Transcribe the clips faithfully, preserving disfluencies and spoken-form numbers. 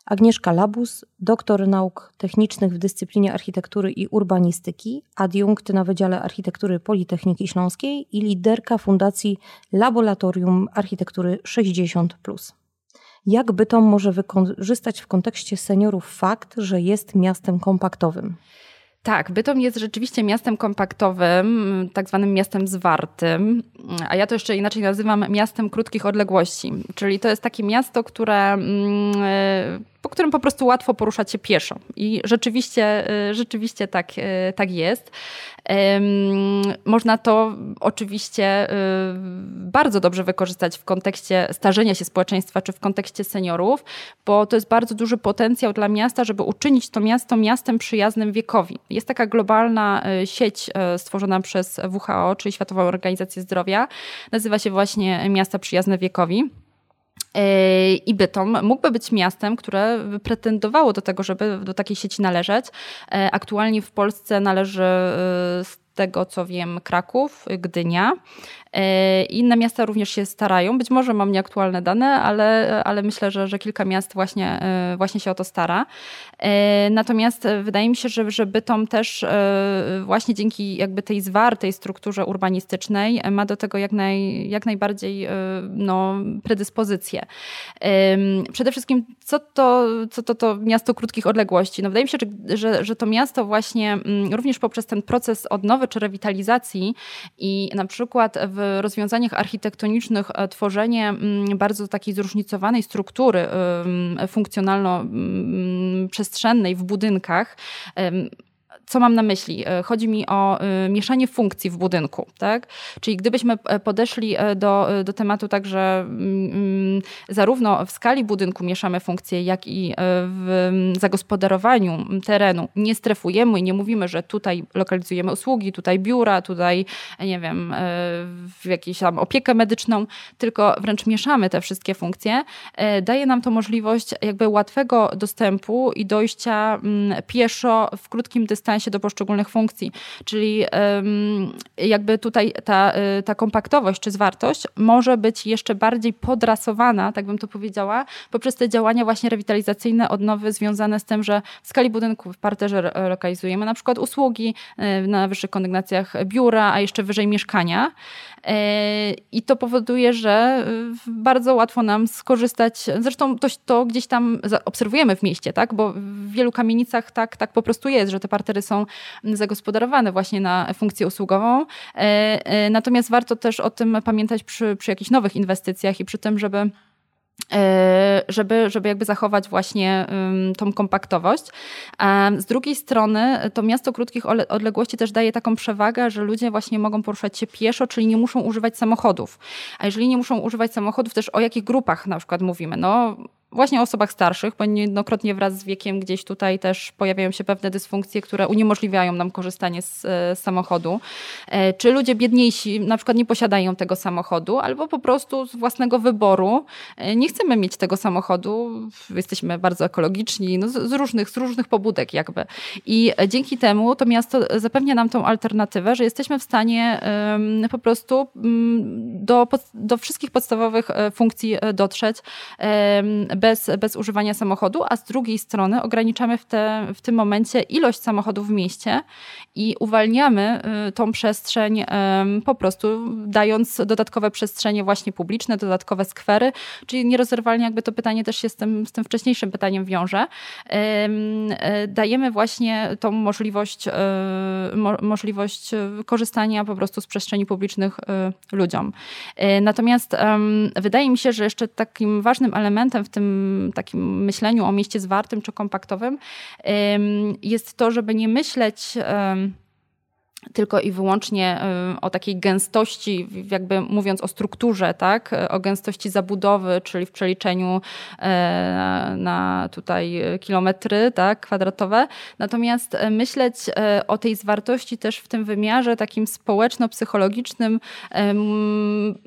Agnieszka Labus, doktor nauk technicznych w dyscyplinie architektury i urbanistyki, adiunkt na Wydziale Architektury Politechniki Śląskiej i liderka Fundacji Laboratorium Architektury sześćdziesiąt plus. Jak Bytom może wykorzystać w kontekście seniorów fakt, że jest miastem kompaktowym? Tak, Bytom jest rzeczywiście miastem kompaktowym, tak zwanym miastem zwartym, a ja to jeszcze inaczej nazywam miastem krótkich odległości. Czyli to jest takie miasto, które, po którym po prostu łatwo poruszać się pieszo. I rzeczywiście, rzeczywiście tak, tak jest. Można to oczywiście bardzo dobrze wykorzystać w kontekście starzenia się społeczeństwa czy w kontekście seniorów, bo to jest bardzo duży potencjał dla miasta, żeby uczynić to miasto miastem przyjaznym wiekowi. Jest taka globalna sieć stworzona przez W H O, czyli Światową Organizację Zdrowia. Nazywa się właśnie Miasta Przyjazne Wiekowi. I Bytom mógłby być miastem, które pretendowało do tego, żeby do takiej sieci należeć. Aktualnie w Polsce należy z tego, co wiem, Kraków, Gdynia. Inne miasta również się starają. Być może mam nieaktualne dane, ale, ale myślę, że, że kilka miast właśnie, właśnie się o to stara. Natomiast wydaje mi się, że, że Bytom też właśnie dzięki jakby tej zwartej strukturze urbanistycznej ma do tego jak, naj, jak najbardziej no, predyspozycję. Przede wszystkim co to, co to, to miasto krótkich odległości? No, wydaje mi się, że, że, że to miasto właśnie również poprzez ten proces odnowy czy rewitalizacji i na przykład w rozwiązaniach architektonicznych tworzenie bardzo takiej zróżnicowanej struktury funkcjonalno-przestrzennej w budynkach. Co mam na myśli? Chodzi mi o mieszanie funkcji w budynku, tak? Czyli gdybyśmy podeszli do, do tematu tak, że zarówno w skali budynku mieszamy funkcje, jak i w zagospodarowaniu terenu nie strefujemy i nie mówimy, że tutaj lokalizujemy usługi, tutaj biura, tutaj, nie wiem, w jakąś tam opiekę medyczną, tylko wręcz mieszamy te wszystkie funkcje, daje nam to możliwość jakby łatwego dostępu i dojścia pieszo w krótkim dystansie do poszczególnych funkcji. Czyli jakby tutaj ta, ta kompaktowość czy zwartość może być jeszcze bardziej podrasowana, tak bym to powiedziała, poprzez te działania właśnie rewitalizacyjne, odnowy związane z tym, że w skali budynku w parterze lokalizujemy na przykład usługi, na wyższych kondygnacjach biura, a jeszcze wyżej mieszkania. I to powoduje, że bardzo łatwo nam skorzystać, zresztą to, to gdzieś tam obserwujemy w mieście, tak? Bo w wielu kamienicach tak, tak po prostu jest, że te partery są zagospodarowane właśnie na funkcję usługową. Natomiast warto też o tym pamiętać przy, przy jakichś nowych inwestycjach i przy tym, żeby żeby, żeby jakby zachować właśnie tą kompaktowość. A z drugiej strony to miasto krótkich odległości też daje taką przewagę, że ludzie właśnie mogą poruszać się pieszo, czyli nie muszą używać samochodów. A jeżeli nie muszą używać samochodów, też o jakich grupach na przykład mówimy? No właśnie o osobach starszych, bo niejednokrotnie wraz z wiekiem gdzieś tutaj też pojawiają się pewne dysfunkcje, które uniemożliwiają nam korzystanie z, z samochodu. Czy ludzie biedniejsi na przykład nie posiadają tego samochodu, albo po prostu z własnego wyboru nie chcemy mieć tego samochodu, jesteśmy bardzo ekologiczni, no z, z, różnych, z różnych pobudek jakby. I dzięki temu to miasto zapewnia nam tą alternatywę, że jesteśmy w stanie um, po prostu um, do, do wszystkich podstawowych funkcji dotrzeć um, Bez, bez używania samochodu, a z drugiej strony ograniczamy w, te, w tym momencie ilość samochodów w mieście i uwalniamy tą przestrzeń po prostu dając dodatkowe przestrzenie właśnie publiczne, dodatkowe skwery, czyli nierozerwalnie jakby to pytanie też się z tym, z tym wcześniejszym pytaniem wiąże. Dajemy właśnie tą możliwość, mo, możliwość korzystania po prostu z przestrzeni publicznych ludziom. Natomiast wydaje mi się, że jeszcze takim ważnym elementem w tym takim myśleniu o mieście zwartym czy kompaktowym jest to, żeby nie myśleć tylko i wyłącznie o takiej gęstości, jakby mówiąc o strukturze, tak? O gęstości zabudowy, czyli w przeliczeniu na tutaj kilometry, tak? Kwadratowe. Natomiast myśleć o tej zwartości też w tym wymiarze takim społeczno-psychologicznym,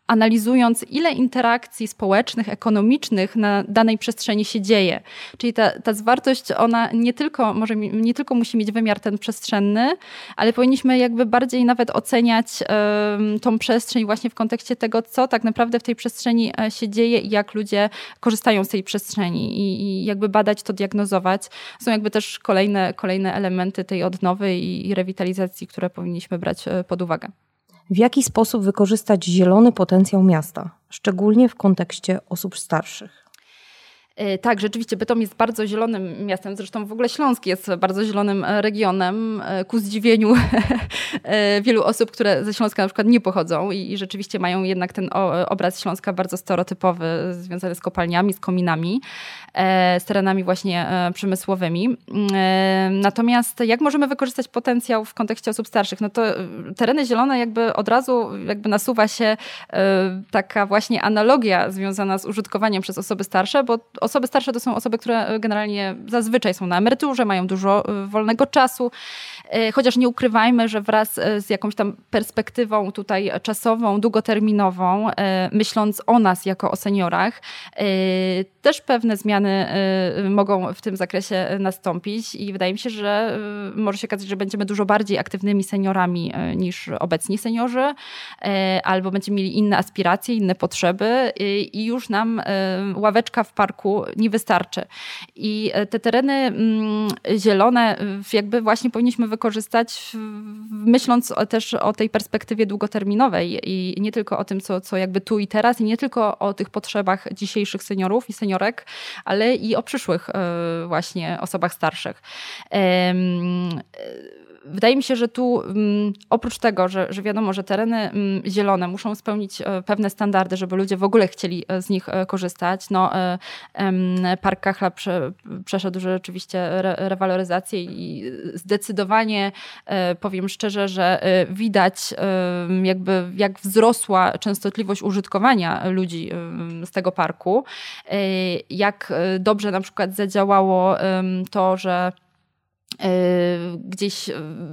analizując, ile interakcji społecznych, ekonomicznych na danej przestrzeni się dzieje. Czyli ta, ta zwartość, ona nie tylko, może, nie tylko musi mieć wymiar ten przestrzenny, ale powinniśmy jakby bardziej nawet oceniać um, tą przestrzeń właśnie w kontekście tego, co tak naprawdę w tej przestrzeni się dzieje i jak ludzie korzystają z tej przestrzeni i, i jakby badać to, diagnozować. Są jakby też kolejne, kolejne elementy tej odnowy i, i rewitalizacji, które powinniśmy brać pod uwagę. W jaki sposób wykorzystać zielony potencjał miasta, szczególnie w kontekście osób starszych? Tak, rzeczywiście Bytom jest bardzo zielonym miastem, zresztą w ogóle Śląsk jest bardzo zielonym regionem, ku zdziwieniu wielu osób, które ze Śląska na przykład nie pochodzą i, i rzeczywiście mają jednak ten obraz Śląska bardzo stereotypowy, związany z kopalniami, z kominami, z terenami właśnie przemysłowymi. Natomiast jak możemy wykorzystać potencjał w kontekście osób starszych? No to tereny zielone jakby od razu jakby nasuwa się taka właśnie analogia związana z użytkowaniem przez osoby starsze, bo osoby starsze to są osoby, które generalnie zazwyczaj są na emeryturze, mają dużo wolnego czasu, chociaż nie ukrywajmy, że wraz z jakąś tam perspektywą tutaj czasową, długoterminową, myśląc o nas jako o seniorach, też pewne zmiany mogą w tym zakresie nastąpić i wydaje mi się, że może się okazać, że będziemy dużo bardziej aktywnymi seniorami niż obecni seniorzy, albo będziemy mieli inne aspiracje, inne potrzeby i już nam ławeczka w parku nie wystarczy. I te tereny zielone jakby właśnie powinniśmy wykorzystać, myśląc też o tej perspektywie długoterminowej i nie tylko o tym, co, co jakby tu i teraz i nie tylko o tych potrzebach dzisiejszych seniorów i seniorek, ale i o przyszłych właśnie osobach starszych. Wydaje mi się, że tu oprócz tego, że, że wiadomo, że tereny zielone muszą spełnić pewne standardy, żeby ludzie w ogóle chcieli z nich korzystać. No, Park Kachla prze, przeszedł rzeczywiście re, rewaloryzację i zdecydowanie powiem szczerze, że widać jakby jak wzrosła częstotliwość użytkowania ludzi z tego parku. Jak dobrze na przykład zadziałało to, że gdzieś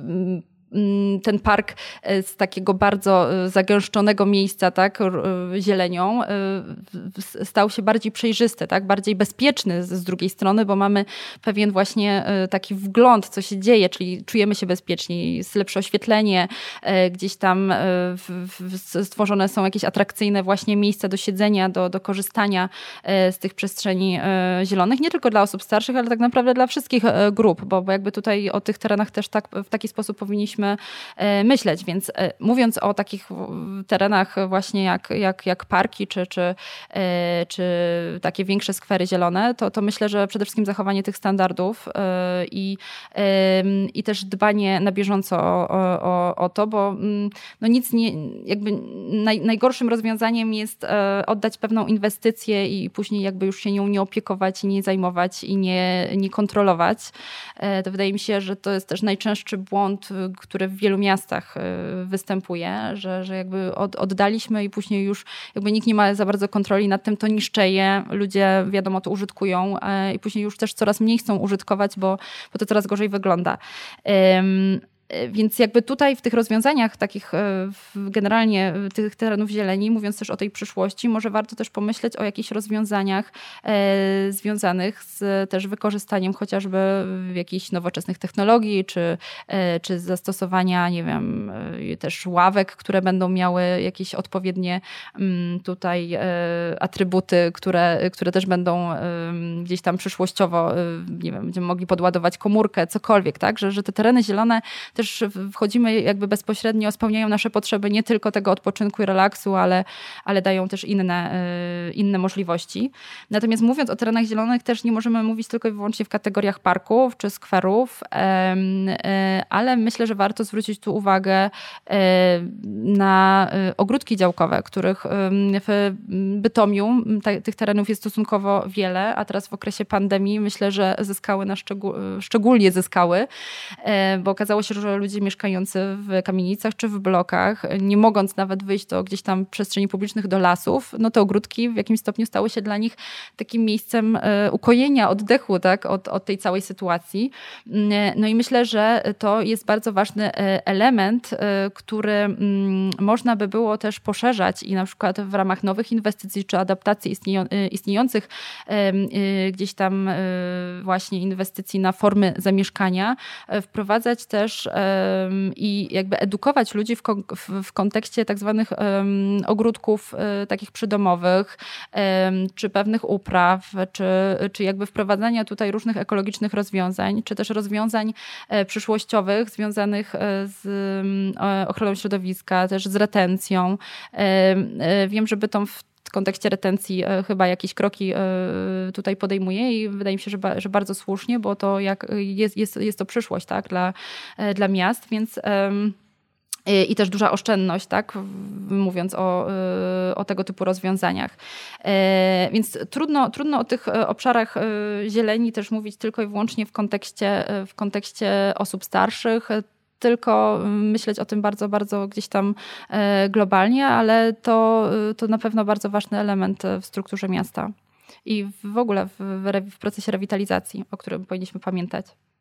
ten park z takiego bardzo zagęszczonego miejsca, tak, zielenią, stał się bardziej przejrzysty, tak, bardziej bezpieczny z drugiej strony, bo mamy pewien właśnie taki wgląd, co się dzieje, czyli czujemy się bezpieczniej, jest lepsze oświetlenie, gdzieś tam stworzone są jakieś atrakcyjne właśnie miejsca do siedzenia, do, do korzystania z tych przestrzeni zielonych, nie tylko dla osób starszych, ale tak naprawdę dla wszystkich grup, bo, bo jakby tutaj o tych terenach też tak, w taki sposób powinniśmy myśleć, więc mówiąc o takich terenach właśnie jak, jak, jak parki czy, czy, czy takie większe skwery zielone, to, to myślę, że przede wszystkim zachowanie tych standardów i, i też dbanie na bieżąco o, o, o to, bo no nic nie, jakby naj, najgorszym rozwiązaniem jest oddać pewną inwestycję i później jakby już się nią nie opiekować i nie zajmować i nie, nie kontrolować. To wydaje mi się, że to jest też najczęstszy błąd, który w wielu miastach występuje, że, że jakby od, oddaliśmy i później już jakby nikt nie ma za bardzo kontroli nad tym, to niszczeje, ludzie wiadomo to użytkują i później już też coraz mniej chcą użytkować, bo, bo to coraz gorzej wygląda. Um, Więc jakby tutaj w tych rozwiązaniach takich generalnie tych terenów zieleni, mówiąc też o tej przyszłości, może warto też pomyśleć o jakichś rozwiązaniach e, związanych z też wykorzystaniem chociażby jakichś nowoczesnych technologii, czy, e, czy zastosowania, nie wiem, e, też ławek, które będą miały jakieś odpowiednie m, tutaj e, atrybuty, które, które też będą e, gdzieś tam przyszłościowo, e, nie wiem, będziemy mogli podładować komórkę, cokolwiek, tak, że, że te tereny zielone też wchodzimy jakby bezpośrednio, spełniają nasze potrzeby nie tylko tego odpoczynku i relaksu, ale, ale dają też inne, inne możliwości. Natomiast mówiąc o terenach zielonych też nie możemy mówić tylko i wyłącznie w kategoriach parków czy skwerów, ale myślę, że warto zwrócić tu uwagę na ogródki działkowe, których w Bytomiu tych terenów jest stosunkowo wiele, a teraz w okresie pandemii myślę, że zyskały na szczegół, szczególnie zyskały, bo okazało się, że że ludzie mieszkający w kamienicach czy w blokach, nie mogąc nawet wyjść do gdzieś tam przestrzeni publicznych, do lasów, no te ogródki w jakimś stopniu stały się dla nich takim miejscem ukojenia, oddechu, tak, od, od tej całej sytuacji. No i myślę, że to jest bardzo ważny element, który można by było też poszerzać i na przykład w ramach nowych inwestycji czy adaptacji istniejących gdzieś tam właśnie inwestycji na formy zamieszkania, wprowadzać też i jakby edukować ludzi w, w, w kontekście tak zwanych ogródków takich przydomowych, czy pewnych upraw, czy, czy jakby wprowadzania tutaj różnych ekologicznych rozwiązań, czy też rozwiązań przyszłościowych związanych z ochroną środowiska, też z retencją. Wiem, że Bytom w w kontekście retencji chyba jakieś kroki tutaj podejmuje i wydaje mi się, że, ba, że bardzo słusznie, bo to jak jest, jest, jest to przyszłość, tak, dla, dla miast, więc i też duża oszczędność, tak, mówiąc o, o tego typu rozwiązaniach. Więc trudno, trudno o tych obszarach zieleni też mówić tylko i wyłącznie w kontekście, w kontekście osób starszych, tylko myśleć o tym bardzo, bardzo gdzieś tam globalnie, ale to, to na pewno bardzo ważny element w strukturze miasta i w ogóle w, w procesie rewitalizacji, o którym powinniśmy pamiętać.